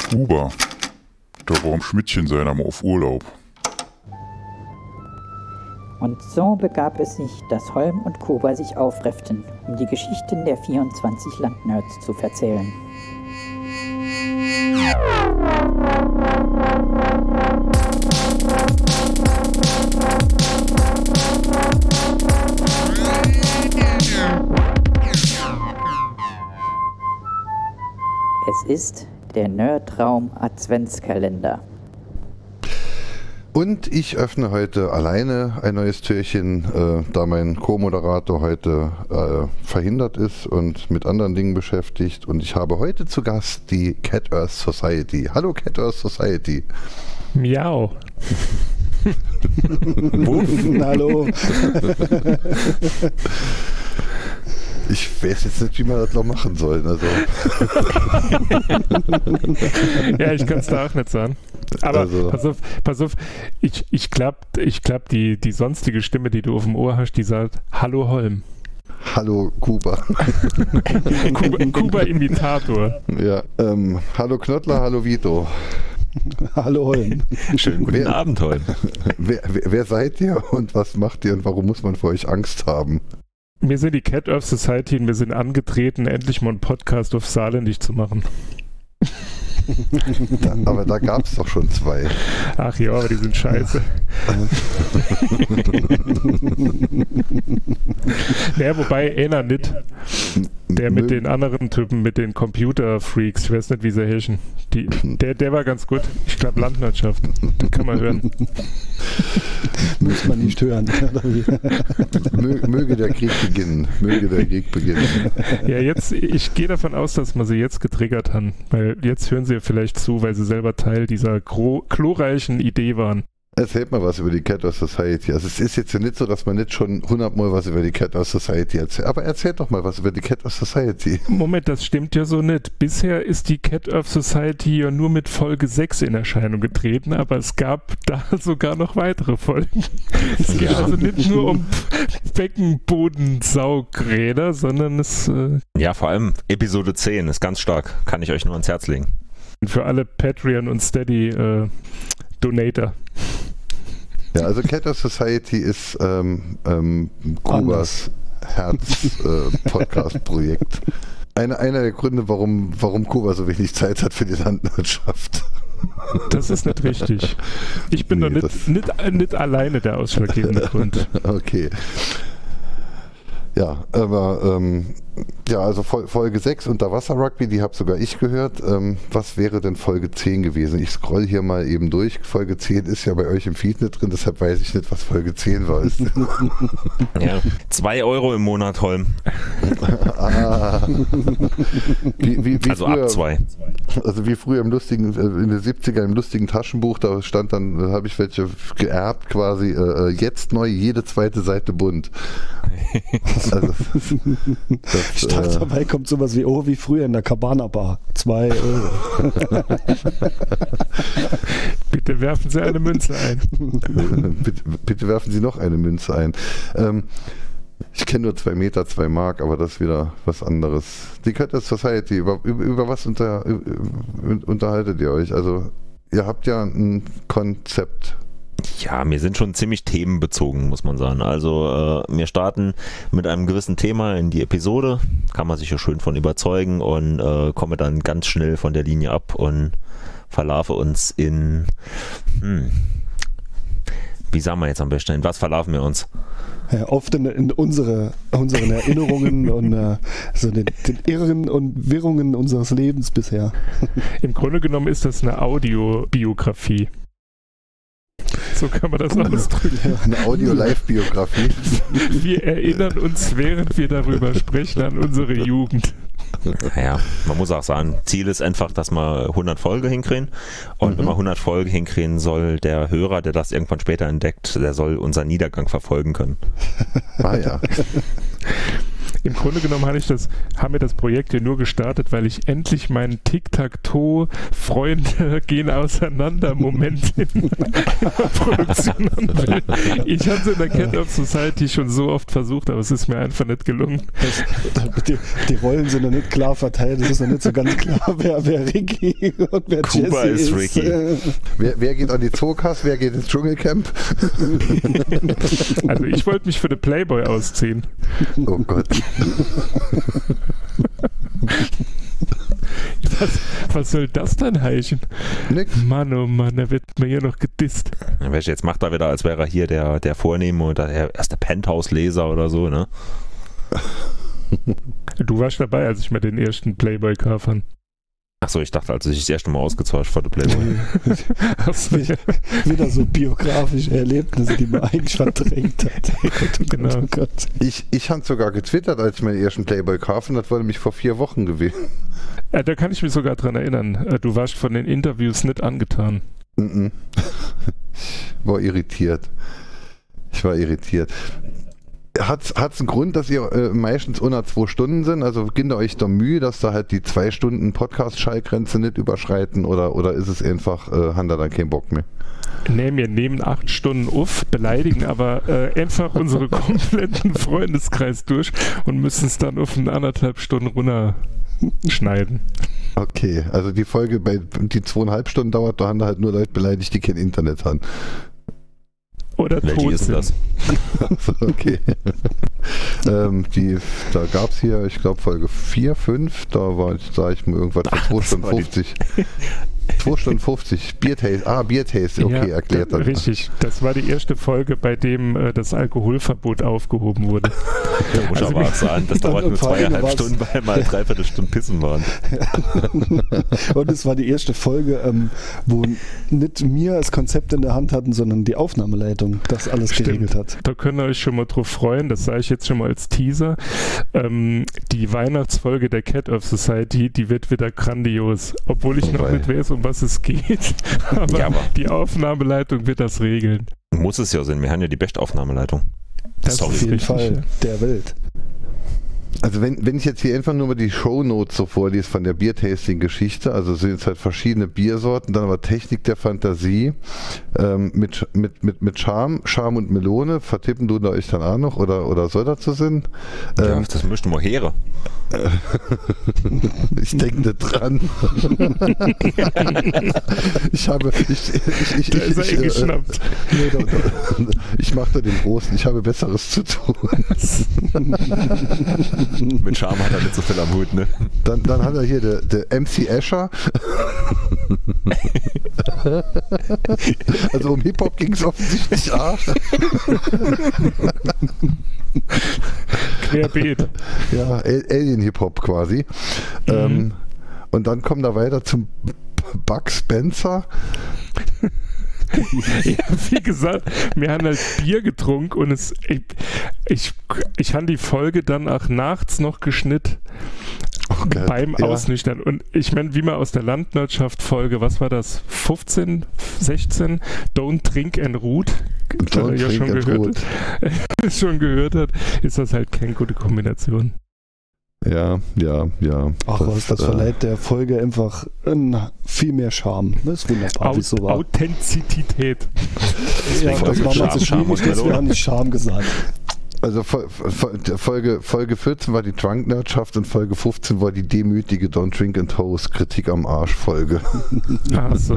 Kuba. Da war am Schmidtchen sein einmal auf Urlaub. Und so begab es sich, dass Holm und Kuba sich aufrefften, um die Geschichten der 24 Landnerds zu verzählen. Es ist der Nerdraum Adventskalender. Und ich öffne heute alleine ein neues Türchen, da mein Co-Moderator heute verhindert ist und mit anderen Dingen beschäftigt. Und ich habe heute zu Gast die Cat Earth Society. Hallo Cat Earth Society. Miau. Hallo. Ich weiß jetzt nicht, wie man das noch machen soll. Also. Ja, ich kann es da auch nicht sagen. Aber also. pass auf, ich glaub, die sonstige Stimme, die du auf dem Ohr hast, die sagt, hallo Holm. Hallo Kuba. Kuba-Imitator. Ja, hallo Knottler, hallo Vito. Hallo Holm. Schönen guten Abend, Holm. Wer seid ihr und was macht ihr und warum muss man vor euch Angst haben? Wir sind die Cat Earth Society und wir sind angetreten, endlich mal einen Podcast auf Saarländisch zu machen. Aber da gab es doch schon 2. Ach ja, aber die sind scheiße. Naja, wobei einer nicht. Der mit den anderen Typen, mit den Computer-Freaks, ich weiß nicht, wie sie heißen. Der war ganz gut. Ich glaube Landwirtschaft. Den kann man hören. Muss man nicht hören. Möge der Krieg beginnen. Möge der Krieg beginnen. Ja, ich gehe davon aus, dass man sie jetzt getriggert haben. Weil jetzt hören sie ja vielleicht zu, weil sie selber Teil dieser glorreichen Idee waren. Erzählt mal was über die Cat Earth Society. Also es ist jetzt ja nicht so, dass man nicht schon 100-mal was über die Cat Earth Society erzählt. Aber erzählt doch mal was über die Cat Earth Society. Moment, das stimmt ja so nicht. Bisher ist die Cat Earth Society ja nur mit Folge 6 in Erscheinung getreten, aber es gab da sogar noch weitere Folgen. Es geht also nicht nur um Beckenbodensaugeräder, sondern es... Ja, vor allem Episode 10 ist ganz stark. Kann ich euch nur ans Herz legen. Für alle Patreon und Steady Donator. Ja, also Cat Earth Society ist Kubas Herz-Podcast-Projekt. Einer der Gründe, warum Kuba so wenig Zeit hat für die Landwirtschaft. Das ist nicht richtig. Ich bin doch nicht alleine der ausschlaggebende Grund. Okay. Ja, aber also Folge 6 Unterwasser-Rugby, die habe sogar ich gehört. Was wäre denn Folge 10 gewesen? Ich scroll hier mal eben durch. Folge 10 ist ja bei euch im Feed nicht drin, deshalb weiß ich nicht, was Folge 10 war. Ja, 2 Euro im Monat, Holm. Wie also früher, ab 2. Also wie früher in den 70er im lustigen Taschenbuch, da stand dann, da habe ich welche geerbt quasi, jetzt neu, jede zweite Seite bunt. Also, ich dachte, dabei kommt sowas wie früher in der Cabana Bar. 2 Euro. Bitte werfen Sie eine Münze ein. bitte werfen Sie noch eine Münze ein. Ich kenne nur 2 Meter, 2 Mark, aber das ist wieder was anderes. Die Cat Earth Society, über was unterhaltet ihr euch? Also, ihr habt ja ein Konzept. Ja, wir sind schon ziemlich themenbezogen, muss man sagen. Also wir starten mit einem gewissen Thema in die Episode, kann man sich ja schön von überzeugen und komme dann ganz schnell von der Linie ab und verlaufe uns in, wie sagen wir jetzt am besten, in was verlaufen wir uns? Ja, oft in unseren Erinnerungen und so den Irren und Wirrungen unseres Lebens bisher. Im Grunde genommen ist das eine Audiobiografie. So kann man das ausdrücken. Eine Audio-Live-Biografie. Wir erinnern uns, während wir darüber sprechen, an unsere Jugend. Ja, man muss auch sagen, Ziel ist einfach, dass wir 100 Folgen hinkriegen. Und wenn wir 100 Folgen hinkriegen, soll der Hörer, der das irgendwann später entdeckt, der soll unseren Niedergang verfolgen können. Ah ja. Im Grunde genommen haben wir das Projekt hier nur gestartet, weil ich endlich meinen Tic-Tac-Toe-Freunde gehen auseinander Moment in Produktion haben will. Ich habe es in der Cat of Society schon so oft versucht, aber es ist mir einfach nicht gelungen. Die Rollen sind noch nicht klar verteilt, es ist noch nicht so ganz klar, wer Ricky und wer Kuba Jesse ist Ricky. Wer geht an die Zookasse, wer geht ins Dschungelcamp? Also ich wollte mich für den Playboy ausziehen. Oh Gott. Was soll das dann heißen? Nix. Mann, oh Mann, da wird mir hier noch gedisst. Jetzt macht er wieder, als wäre er hier der Vornehme und der erste Penthouse-Leser oder so, ne? Du warst dabei, als ich mir den ersten Playboy kaufen. Achso, ich dachte, als ich das erste Mal ausgezahlt vor der Playboy. Achso, ja. Wieder so biografische Erlebnisse, die man eigentlich verdrängt hat. Genau. Oh Gott. Ich habe sogar getwittert, als ich meinen ersten Playboy kaufen, das war nämlich vor 4 Wochen gewesen. Da kann ich mich sogar dran erinnern. Du warst von den Interviews nicht angetan. Ich war irritiert. Hat's einen Grund, dass ihr meistens unter 2 Stunden sind? Also gebt ihr euch da Mühe, dass da halt die 2 Stunden Podcast-Schallgrenze nicht überschreiten oder ist es einfach, haben da dann keinen Bock mehr? Nee, wir nehmen 8 Stunden auf, beleidigen aber einfach unsere kompletten Freundeskreis durch und müssen es dann auf 1,5 Stunden runterschneiden. Okay, also die Folge, die 2,5 Stunden dauert, da haben da halt nur Leute beleidigt, die kein Internet haben. Oder Welche tot ist sind. das? Okay. Da gab es hier, ich glaube Folge 4, 5, da sah ich mir irgendwas von 2 Stunden 50. 2 Stunden 50. Biertaste. Biertaste, okay, Ja, erklärt dann. Richtig, das war die erste Folge, bei dem das Alkoholverbot aufgehoben wurde. Muss aber auch sagen, das dauert nur 2,5 Stunden, weil mal 3/4 Stunden pissen waren. Und es war die erste Folge, wo nicht wir das Konzept in der Hand hatten, sondern die Aufnahmeleitung das alles geregelt hat. Da könnt ihr euch schon mal drauf freuen, das sage ich jetzt schon mal als Teaser. Die Weihnachtsfolge der Cat of Society, die wird wieder grandios. Obwohl ich noch nicht weiß, um was es geht. Aber die Aufnahmeleitung wird das regeln. Muss es ja sein, wir haben ja die beste Aufnahmeleitung. Das Auf ist jeden richtig. Fall der Welt. Also wenn ich jetzt hier einfach nur mal die Shownotes so vorlese von der Biertasting-Geschichte, also sind jetzt halt verschiedene Biersorten, dann aber Technik der Fantasie, mit Charme und Melone, vertippen du da euch dann auch noch oder soll das so sein? Ja, das möchten wir hören. Ich denke nicht dran. Da ist er geschnappt. Ich mache da den Großen, ich habe Besseres zu tun. Mit Charme hat er nicht so viel am Hut, ne? Dann hat er hier der MC Escher. Also um Hip-Hop ging es offensichtlich auch. Querbeet. Ja, Alien-Hip-Hop quasi. Und dann kommen wir weiter zum Buck Spencer. Ja, wie gesagt, wir haben halt Bier getrunken und ich habe die Folge dann auch nachts noch geschnitten. Oh Gott, beim ja. Ausnüchtern. Und ich meine, wie man aus der Landwirtschaft-Folge, was war das, 15, 16, Don't Drink and Root, schon gehört hat, ist das halt keine gute Kombination. Ja. Ach was, das verleiht der Folge einfach viel mehr Charme. Das ist wunderbar, wie es so war. Authentizität. Ja, das war mal zu schwierig, deswegen habe ich Charme gesagt. Also Folge 14 war die Drunk-Nerdschaft und Folge 15 war die demütige Don't Drink and Toast Kritik am Arsch-Folge. Ach so.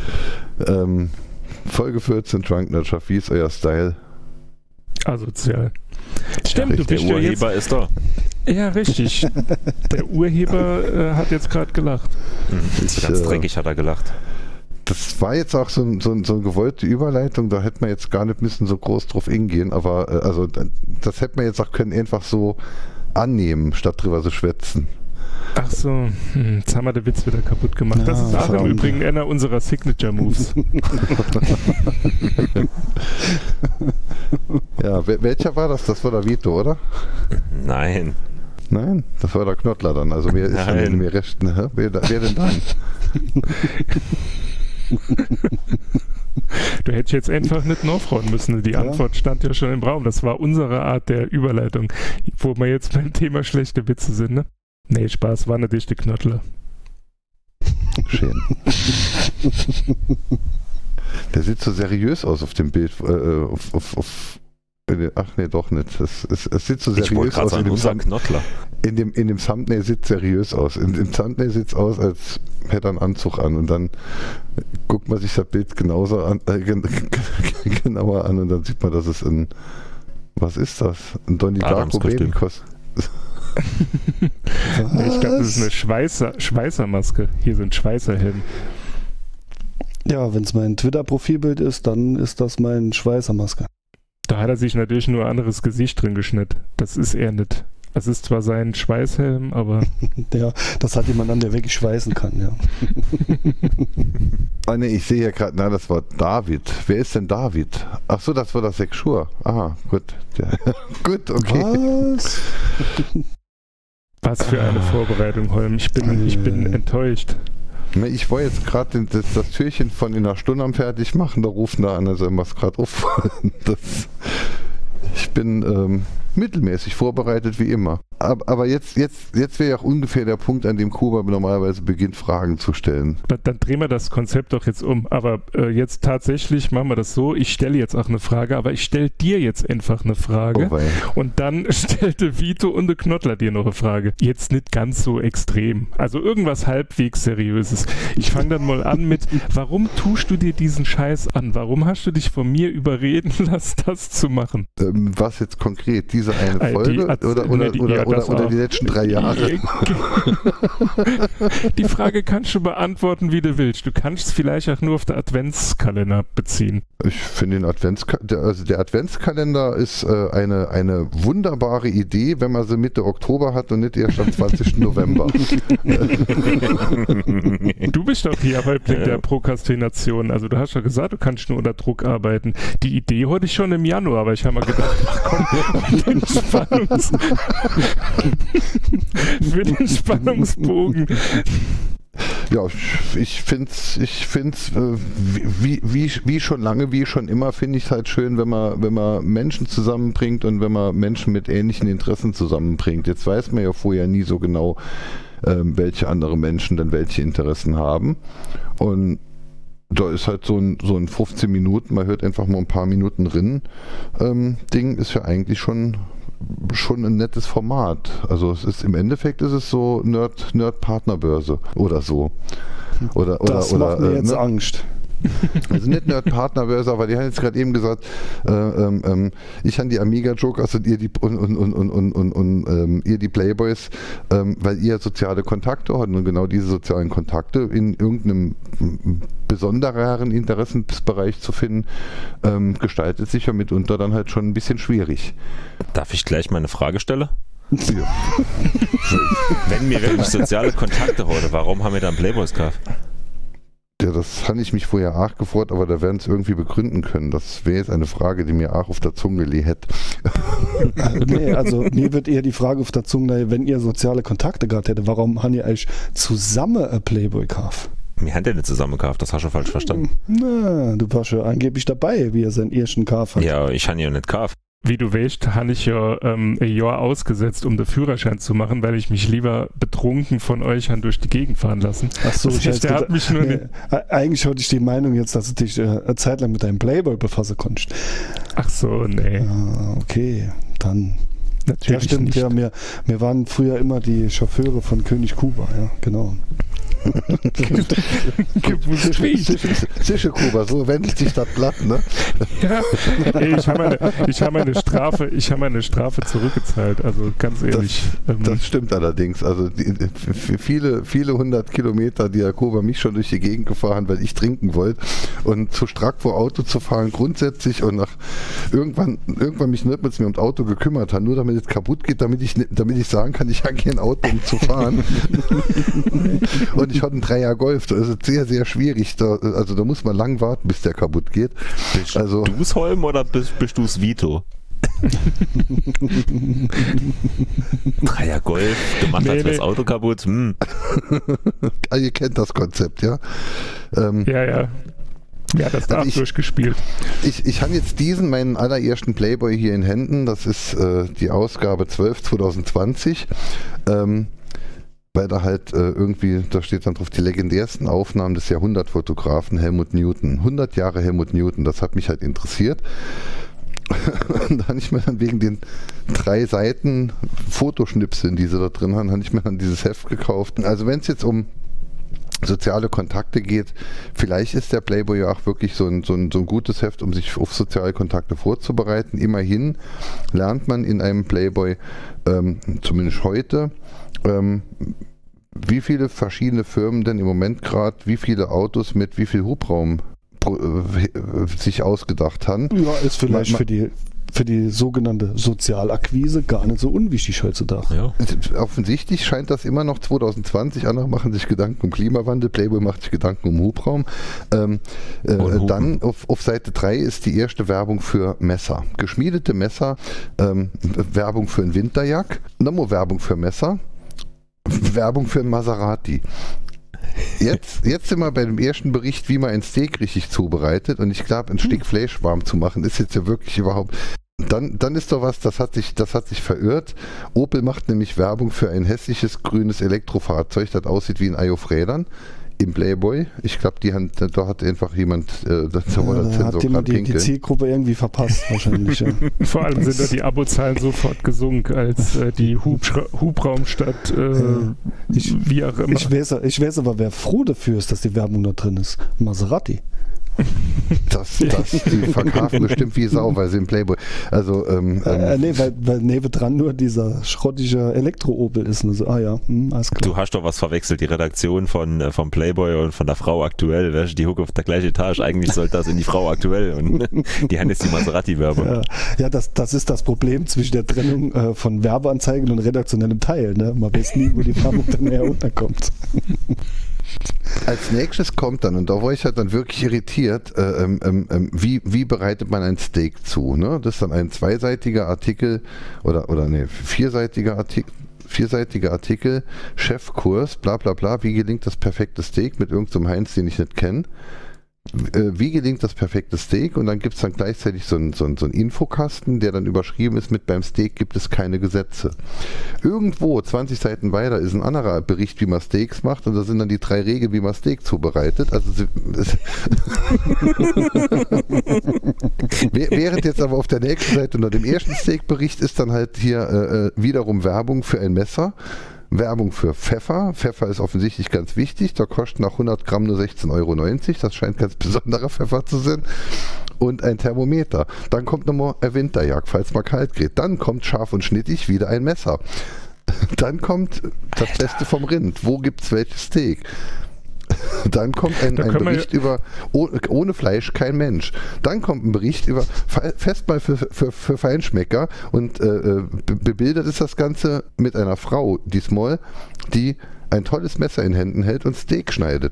Folge 14 Drunk-Nerdschaft, wie ist euer Style? Asozial. Stimmt, du Der bist ja jetzt... Urheber ist da. Ja, richtig. Der Urheber hat jetzt gerade gelacht. Ganz dreckig hat er gelacht. Das war jetzt auch so eine gewollte Überleitung, da hätte man jetzt gar nicht müssen so groß drauf hingehen, aber also das hätte man jetzt auch können einfach so annehmen, statt drüber zu schwätzen. Ach so, jetzt haben wir den Witz wieder kaputt gemacht. Das ist auch im Übrigen einer unserer Signature-Moves. Ja, welcher war das? Das war der Vito, oder? Nein. Nein, das war der Knottler dann. Also wer ist dann mir recht? Wer denn dann? Du hättest jetzt einfach nicht nachfragen müssen. Die Antwort stand ja schon im Raum. Das war unsere Art der Überleitung, wo wir jetzt beim Thema schlechte Witze sind, ne? Nee, Spaß, war eine dichte Knottler. Schön. Der sieht so seriös aus auf dem Bild. Ach nee, doch nicht. Es sieht so seriös aus. Unser Knottler. In dem Thumbnail sieht es seriös aus. Im Thumbnail sieht es aus, als hätte er einen Anzug an. Und dann guckt man sich das Bild genauer an und dann sieht man, dass es was ist das? Ein Donnie Darko Babykostüm. Ich glaube, das ist eine Schweißermaske. Hier sind Schweißerhelden. Ja, wenn es mein Twitter-Profilbild ist, dann ist das mein Schweißermaske. Da hat er sich natürlich nur ein anderes Gesicht drin geschnitten. Das ist er nicht. Es ist zwar sein Schweißhelm, aber... Ja, das hat jemand an, der wirklich schweißen kann, ja. Ah ne, ich sehe ja gerade, das war David. Wer ist denn David? Ach so, das war das Sexuur. Aha, gut. Ja. Gut, okay. Was? Was für eine Vorbereitung, Holm. Ich bin enttäuscht. Ich war jetzt gerade das Türchen von in einer Stunde am fertig machen, da rufen da an, also was gerade auf. Ich bin mittelmäßig vorbereitet wie immer. Aber jetzt wäre ja auch ungefähr der Punkt, an dem Kuba normalerweise beginnt, Fragen zu stellen. Dann drehen wir das Konzept doch jetzt um. Aber jetzt tatsächlich machen wir das so, ich stelle jetzt auch eine Frage, aber ich stelle dir jetzt einfach eine Frage. Oh, und dann stellte Vito und der Knottler dir noch eine Frage. Jetzt nicht ganz so extrem. Also irgendwas halbwegs Seriöses. Ich fange dann mal an mit, warum tust du dir diesen Scheiß an? Warum hast du dich von mir überreden lassen, das zu machen? Was jetzt konkret? Diese eine Folge? Oder die letzten 3 Jahre? Die Frage kannst du beantworten, wie du willst. Du kannst es vielleicht auch nur auf den Adventskalender beziehen. Ich finde der Adventskalender ist eine wunderbare Idee, wenn man sie Mitte Oktober hat und nicht erst am 20. November. Du bist doch hier Häuptling der Prokrastination. Also du hast ja gesagt, du kannst nur unter Druck arbeiten. Die Idee hatte ich schon im Januar, aber ich habe mal gedacht, komm, für den Spannungsbogen. Ja, ich find's wie schon lange, wie schon immer, finde ich es halt schön, wenn man Menschen zusammenbringt und wenn man Menschen mit ähnlichen Interessen zusammenbringt. Jetzt weiß man ja vorher nie so genau, welche andere Menschen dann welche Interessen haben. Und da ist halt so ein 15 Minuten, man hört einfach mal ein paar Minuten drin, Ding ist ja eigentlich schon ein nettes Format. Also im Endeffekt ist es so Nerd-Partnerbörse oder so. Das macht mir jetzt Angst. Also nicht Nerd-Partnerbörse, aber die haben jetzt gerade eben gesagt, ich habe die Amiga-Jokers und ihr die ihr die Playboys, weil ihr soziale Kontakte habt und genau diese sozialen Kontakte in irgendeinem besondereren Interessensbereich zu finden, gestaltet sich ja mitunter dann halt schon ein bisschen schwierig. Darf ich gleich mal eine Frage stellen? Ja. Wenn wir wirklich soziale Kontakte heute, warum haben wir dann Playboys gekauft? Ja, das habe ich mich vorher auch gefragt, aber da werden es irgendwie begründen können. Das wäre jetzt eine Frage, die mir auch auf der Zunge liegt. Nee, also mir wird eher die Frage auf der Zunge, wenn ihr soziale Kontakte gehabt hättet, warum habt ihr eigentlich zusammen ein Playboy gekauft? Wir haben ja nicht zusammen gekauft, das hast du falsch verstanden. Na, du warst ja angeblich dabei, wie er seinen ersten gekauft hat. Ja, ich habe ja nicht gekauft. Wie du weißt, habe ich ja ein Jahr ausgesetzt, um den Führerschein zu machen, weil ich mich lieber betrunken von euch durch die Gegend fahren lassen. Ach so, der hat mich nur eigentlich hatte ich die Meinung jetzt, dass du dich eine Zeit lang mit deinem Playboy befassen konntest. Ach so, nee. Ah, okay, dann... Natürlich ja, stimmt, nicht. Ja, wir waren früher immer die Chauffeure von König Kuba, ja, genau. Sicher Kuba, so wendet sich das Blatt, ne? Ja, ich habe meine Strafe zurückgezahlt, also ganz ehrlich. Das stimmt allerdings, also viele 100 Kilometer, die Herr Kuba mich schon durch die Gegend gefahren, weil ich trinken wollte und zu strack vor Auto zu fahren grundsätzlich und irgendwann mich nicht mit mir ums Auto gekümmert hat, nur damit es kaputt geht, damit ich sagen kann, ich habe kein Auto, um zu fahren. Und ich hatte einen 3er Golf, das ist sehr, sehr schwierig. Da muss man lang warten, bis der kaputt geht. Bist du's Holm oder bist du's Vito? Dreier Golf, gemacht hat das Auto kaputt. Ihr kennt das Konzept, ja? Ja, das darf durchgespielt. Ich habe jetzt meinen allerersten Playboy hier in Händen. Das ist die Ausgabe 12 2020. Weil da halt irgendwie, da steht dann drauf, die legendärsten Aufnahmen des Jahrhundertfotografen Helmut Newton. 100 Jahre Helmut Newton, das hat mich halt interessiert. Und da habe ich mir dann wegen den 3 Seiten Fotoschnipseln, die sie da drin haben, habe ich mir dann dieses Heft gekauft. Also wenn es jetzt um soziale Kontakte geht, vielleicht ist der Playboy ja auch wirklich so ein gutes Heft, um sich auf soziale Kontakte vorzubereiten. Immerhin lernt man in einem Playboy, zumindest heute, wie viele verschiedene Firmen denn im Moment gerade, wie viele Autos mit wie viel Hubraum sich ausgedacht haben. Ja, ist vielleicht für die sogenannte Sozialakquise gar nicht so unwichtig heutzutage. Ja. Offensichtlich scheint das immer noch 2020, andere machen sich Gedanken um Klimawandel, Playboy macht sich Gedanken um Hubraum. Dann auf Seite 3 ist die erste Werbung für Messer. Geschmiedete Messer, Werbung für einen Winterjack, nochmal Werbung für Messer, Werbung für einen Maserati. Jetzt sind wir bei dem ersten Bericht, wie man ein Steak richtig zubereitet, und ich glaube, ein Stück Fleisch warm zu machen, ist jetzt ja wirklich überhaupt... Dann ist doch was, das hat sich verirrt. Opel macht nämlich Werbung für ein hässliches grünes Elektrofahrzeug, das aussieht wie ein Ei auf Rädern. Im Playboy. Ich glaube, da hat einfach jemand da hat jemand die Zielgruppe irgendwie verpasst wahrscheinlich. Ja. Vor allem sind da die Abozahlen sofort gesunken, als die Hubraumstadt wie auch immer. Ich weiß aber, wer froh dafür ist, dass die Werbung da drin ist. Maserati. Die verkaufen bestimmt wie Sau, weil sie im Playboy. Also, weil nebendran nur dieser schrottige Elektro-Opel ist. Und so, alles klar. Du hast doch was verwechselt, die Redaktion vom Playboy und von der Frau Aktuell. Die hucken auf der gleichen Etage. Eigentlich sollte das in die Frau Aktuell. Und die haben jetzt die Maserati-Werbung. Ja, das ist das Problem zwischen der Trennung von Werbeanzeigen und redaktionellem Teil. Ne? Man weiß nie, wo die Werbung dann näher unterkommt. Als nächstes kommt dann, und da war ich halt dann wirklich irritiert, wie bereitet man ein Steak zu? Ne? Das ist dann ein zweiseitiger Artikel vierseitiger Artikel, Chefkurs, bla bla bla, wie gelingt das perfekte Steak mit irgendeinem Heinz, den ich nicht kenne. Wie gelingt das perfekte Steak? Und dann gibt es dann gleichzeitig so einen Infokasten, der dann überschrieben ist mit: beim Steak gibt es keine Gesetze. Irgendwo 20 Seiten weiter ist ein anderer Bericht, wie man Steaks macht, und da sind dann die 3 Regeln, wie man Steak zubereitet. Also während jetzt aber auf der nächsten Seite unter dem ersten Steak-Bericht ist dann halt hier wiederum Werbung für ein Messer. Werbung für Pfeffer. Pfeffer ist offensichtlich ganz wichtig. Da kostet nach 100 Gramm nur 16,90 €. Das scheint ganz besonderer Pfeffer zu sein. Und ein Thermometer. Dann kommt nochmal ein Winterjack, falls mal kalt geht. Dann kommt scharf und schnittig wieder ein Messer. Dann kommt das Beste vom Rind. Wo gibt es welches Steak? Dann kommt ein Bericht über ohne Fleisch kein Mensch. Dann kommt ein Bericht über Festmahl für Feinschmecker, und bebildert ist das Ganze mit einer Frau, die ein tolles Messer in Händen hält und Steak schneidet.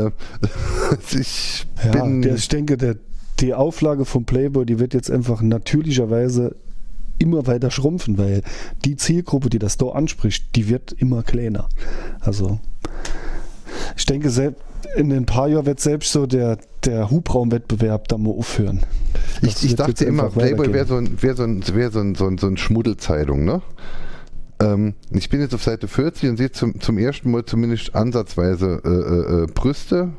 Ich denke, die Auflage vom Playboy, die wird jetzt einfach natürlicherweise immer weiter schrumpfen, weil die Zielgruppe, die das da anspricht, die wird immer kleiner. Also ich denke, in ein paar Jahren wird selbst so der Hubraumwettbewerb da mal aufhören. Ich dachte immer, Playboy wäre so ein Schmuddelzeitung, ne? Ich bin jetzt auf Seite 40 und sehe zum ersten Mal zumindest ansatzweise Brüste.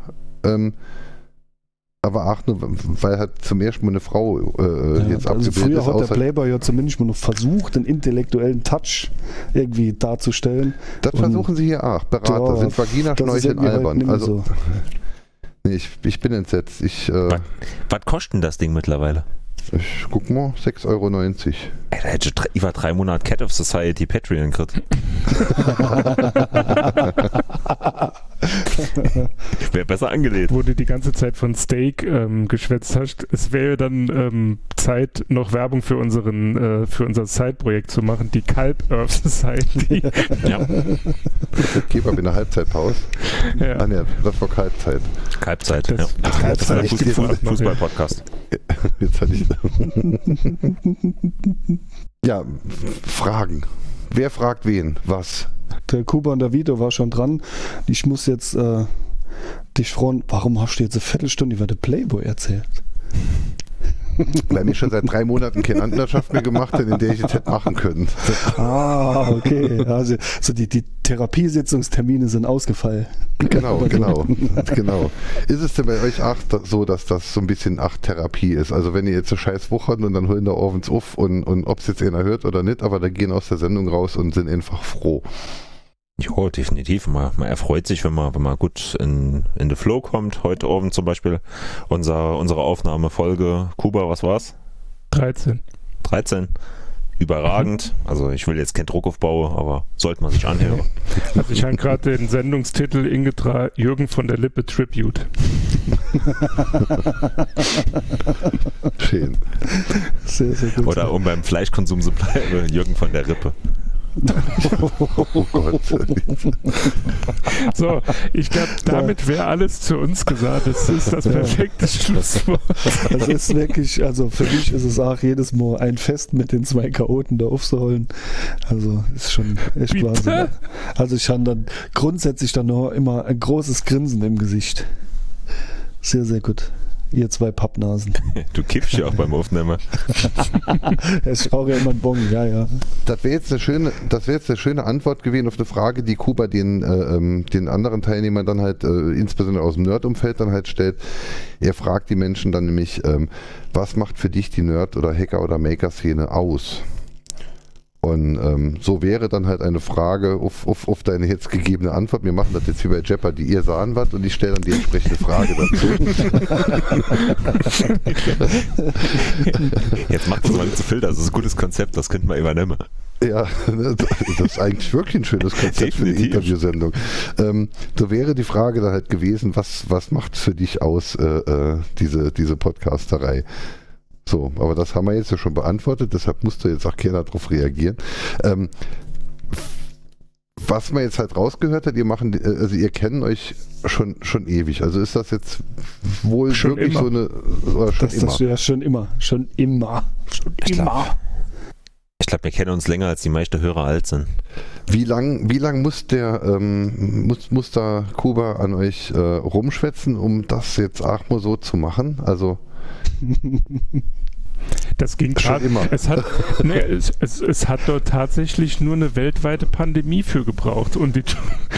Aber auch nur, weil halt zum ersten Mal eine Frau jetzt abgebildet ist. Früher hat der Playboy ja zumindest mal noch versucht, den intellektuellen Touch irgendwie darzustellen. Das versuchen sie hier auch. Berater sind Vagina, Schnorcheln, albern. Halt also, nee, ich bin entsetzt. Was kostet denn das Ding mittlerweile? Ich guck mal, 6,90 €. Ey, da hätte ich über 3 Monate Cat of Society Patreon gekriegt. Wäre besser angelegt. Wo du die ganze Zeit von Steak geschwätzt hast, es wäre dann Zeit, noch Werbung für unser Side-Projekt zu machen, die Kalb Earth Society. Ja. Geh mal in der Halbzeitpause. Ja. Ah, ne, das war Kalbzeit. Kalbzeit, das ist ein Fußball-Podcast. Jetzt hatte ich. Ja, Fragen. Wer fragt wen? Was? Der Kuba und der Vito war schon dran. Ich muss jetzt dich fragen, warum hast du jetzt eine Viertelstunde über den Playboy erzählt? Weil ich schon seit 3 Monaten keine Antnerschaft mehr gemacht habe, in der ich es hätte machen können. Ah, okay. Also so die Therapiesitzungstermine sind ausgefallen. Genau. Ist es denn bei euch auch so, dass das so ein bisschen Therapie ist? Also wenn ihr jetzt so scheiß wuchert und dann holen da abends auf und ob es jetzt einer hört oder nicht, aber da gehen aus der Sendung raus und sind einfach froh. Ja, definitiv. Man erfreut sich, wenn man gut in the Flow kommt. Heute Abend zum Beispiel unsere Aufnahmefolge Kuba, was war's? 13. Überragend. Also ich will jetzt keinen Druck aufbauen, aber sollte man sich anhören. Also ich habe gerade den Sendungstitel ingetragen, Jürgen von der Lippe Tribute. Schön. Sehr, sehr gut. Oder um beim Fleischkonsum zu bleiben, Jürgen von der Rippe. Oh Gott. So, ich glaube, damit wäre alles zu uns gesagt. Das ist das perfekte Schlusswort. Das ist wirklich, also für mich ist es auch jedes Mal ein Fest mit den 2 Chaoten da aufzuholen. Also ist schon echt Bitte? Wahnsinn. Also ich habe dann grundsätzlich dann noch immer ein großes Grinsen im Gesicht. Sehr, sehr gut. Ihr 2 Pappnasen. Du kippst ja auch beim Aufnehmen. Ich brauche ja immer einen Bon, ja. Das wäre jetzt eine schöne Antwort gewesen auf eine Frage, die Kuba den anderen Teilnehmern dann halt, insbesondere aus dem Nerd-Umfeld dann halt stellt. Er fragt die Menschen dann nämlich, was macht für dich die Nerd- oder Hacker- oder Maker-Szene aus? Und so wäre dann halt eine Frage auf deine jetzt gegebene Antwort. Wir machen das jetzt wie bei Jeopardy. Ihr sahen was und ich stelle dann die entsprechende Frage dazu. Jetzt macht das mal nicht zu viel. Das ist ein gutes Konzept, das könnten wir übernehmen. Ja, das ist eigentlich wirklich ein schönes Konzept für die Interviewsendung. So wäre die Frage dann halt gewesen, was macht für dich aus diese Podcasterei? So, aber das haben wir jetzt ja schon beantwortet, deshalb musst du jetzt auch keiner darauf reagieren. Was man jetzt halt rausgehört hat, ihr kennt euch schon ewig. Also ist das jetzt wohl schon wirklich immer. so eine... Oder schon immer? Ja, schon immer. Ich glaube, wir kennen uns länger, als die meisten Hörer alt sind. Wie lang muss da Kuba an euch rumschwätzen, um das jetzt auch mal so zu machen? Also... Das ging gerade immer. Es hat dort tatsächlich nur eine weltweite Pandemie für gebraucht. Und die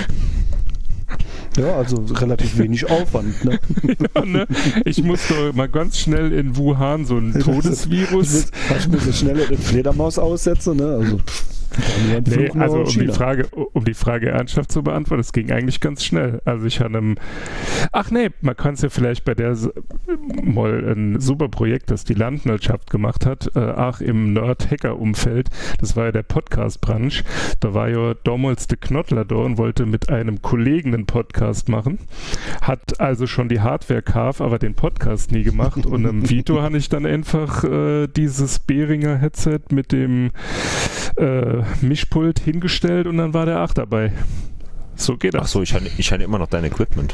Ja, also relativ wenig Aufwand. Ne? Ja, ne? Ich musste mal ganz schnell in Wuhan so ein Todesvirus. Ich muss schnell eine Fledermaus aussetzen. Ne? Also, nee, also um die Frage ernsthaft zu beantworten, es ging eigentlich ganz schnell. Also ich hatte man kann es ja vielleicht bei der mal ein super Projekt, das die Landwirtschaft gemacht hat, auch im Nerd-Hacker-Umfeld, das war ja der Podcast-Branche, da war ja damals der Knottler da und wollte mit einem Kollegen einen Podcast machen, hat also schon die Hardware gekauft, aber den Podcast nie gemacht und im Vito habe ich dann einfach dieses Behringer Headset mit dem Mischpult hingestellt und dann war der auch dabei. So geht das. Ach so, ich hatte immer noch dein Equipment.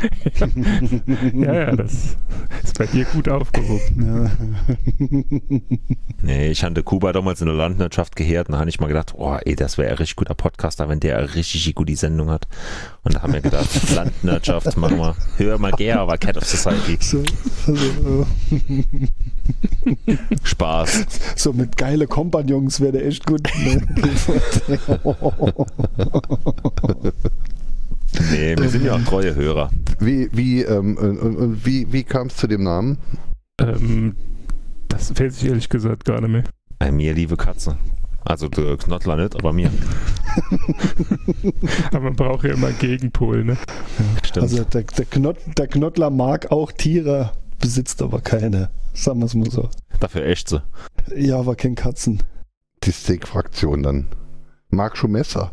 Ja, das ist bei dir gut aufgehoben. Ja. Nee, ich hatte Kuba damals in der Landwirtschaft gehört und da habe ich mal gedacht, das wäre ein richtig guter Podcaster, wenn der eine richtig gute Sendung hat. Und da haben wir gedacht, Landwirtschaft, machen wir, hör mal gerne, aber Cat of Society. Spaß. So mit geile Kompagnons wäre der echt gut. Ne? Nee, wir sind ja auch treue Hörer. Wie kam es zu dem Namen? Das weiß ich ehrlich gesagt gar nicht mehr. Bei mir liebe Katze. Also der Knottler nicht, aber mir. Aber man braucht ja immer Gegenpol, ne? Stimmt. Also der Knottler mag auch Tiere, besitzt aber keine. Sagen wir es mal so. Dafür echt so. Ja, aber kein Katzen. Die Steak-Fraktion dann. Mag schon Messer.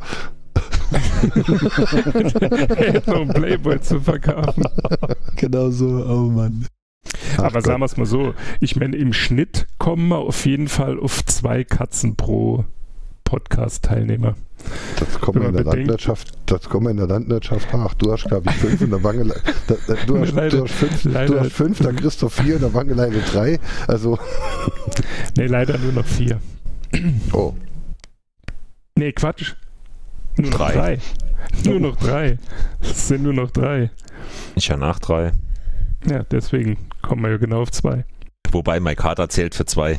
Er hat noch einen Playboy zu verkaufen. Genau so, oh Mann. Aber sagen wir es mal so, ich meine, im Schnitt kommen wir auf jeden Fall auf 2 Katzen pro Podcast-Teilnehmer. Das kommen wir in der Landwirtschaft. Ach, du hast, glaube ich, 5 in der Wangeleine. Du hast 5, da Christoph 4 in der Wangeleine 3. Also. Nee, leider nur noch 4. Oh. Nee, Quatsch. Nur noch 3. Nur noch 3. Es sind nur noch 3. Ich ja nach 3. Ja, deswegen kommen wir ja genau auf 2. Wobei Mike Carter zählt für 2.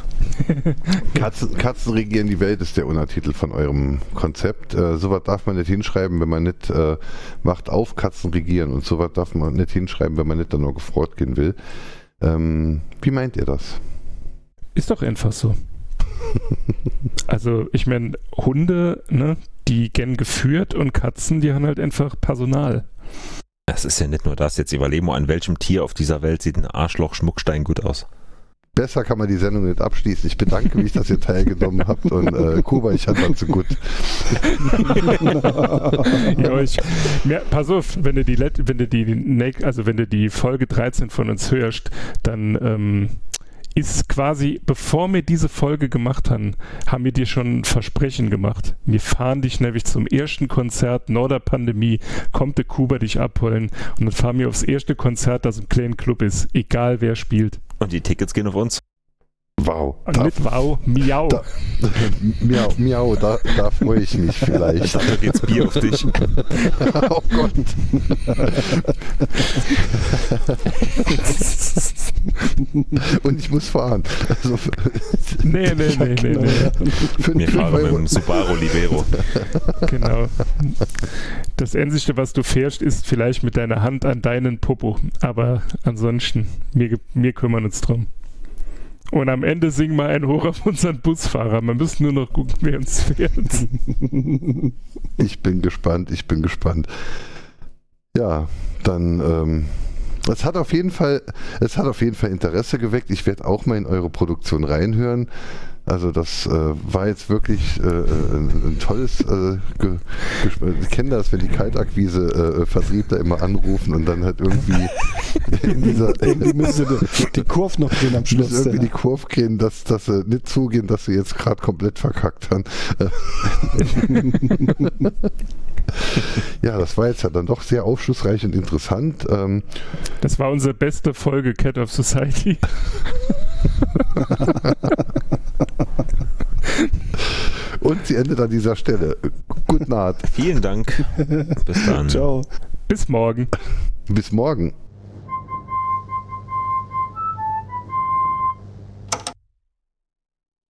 Katzen regieren die Welt ist der Untertitel von eurem Konzept. Sowas darf man nicht hinschreiben, wenn man nicht macht auf Katzen regieren. Und sowas darf man nicht hinschreiben, wenn man nicht dann nur gefreut gehen will. Wie meint ihr das? Ist doch einfach so. Also ich meine, Hunde, ne, die gern geführt und Katzen, die haben halt einfach Personal. Es ist ja nicht nur das. Jetzt überlegen wir, an welchem Tier auf dieser Welt sieht ein Arschloch-Schmuckstein gut aus. Besser kann man die Sendung nicht abschließen. Ich bedanke mich, dass ihr teilgenommen habt und Kuba, ich hatte zu gut. Ja, pass auf, wenn du die Folge 13 von uns hörst, dann ist quasi, bevor wir diese Folge gemacht haben wir dir schon ein Versprechen gemacht. Wir fahren dich nämlich zum ersten Konzert nach der Pandemie, kommt der Kuba dich abholen und dann fahren wir aufs erste Konzert, das im kleinen Club ist, egal wer spielt. Und die Tickets gehen auf uns. Wow. Nicht wow, miau. Miau, da freue ich mich vielleicht. Da geht's Bier auf dich. Oh Gott. Und ich muss fahren. Also, nee. Wir fahren mit dem Subaru Libero. Genau. Das Einzige, was du fährst, ist vielleicht mit deiner Hand an deinen Popo. Aber ansonsten, wir kümmern uns drum. Und am Ende singen wir einen hoch auf unseren Busfahrer. Wir müssen nur noch gucken, wer uns fährt. Ich bin gespannt. Ja, dann es hat auf jeden Fall Interesse geweckt. Ich werde auch mal in eure Produktion reinhören. Also das war jetzt wirklich ein tolles ich kenne das, wenn die Kaltakquise Vertriebler immer anrufen und dann halt irgendwie irgendwie müssen sie die Kurve noch drehen am Schluss. Irgendwie die Kurve kriegen, dass sie nicht zugehen, dass sie jetzt gerade komplett verkackt haben. Ja, das war jetzt ja dann doch sehr aufschlussreich und interessant. Das war unsere beste Folge Cat of Society. Und sie endet an dieser Stelle. Gute Nacht. Vielen Dank. Bis dann. Ciao. Bis morgen. Bis morgen.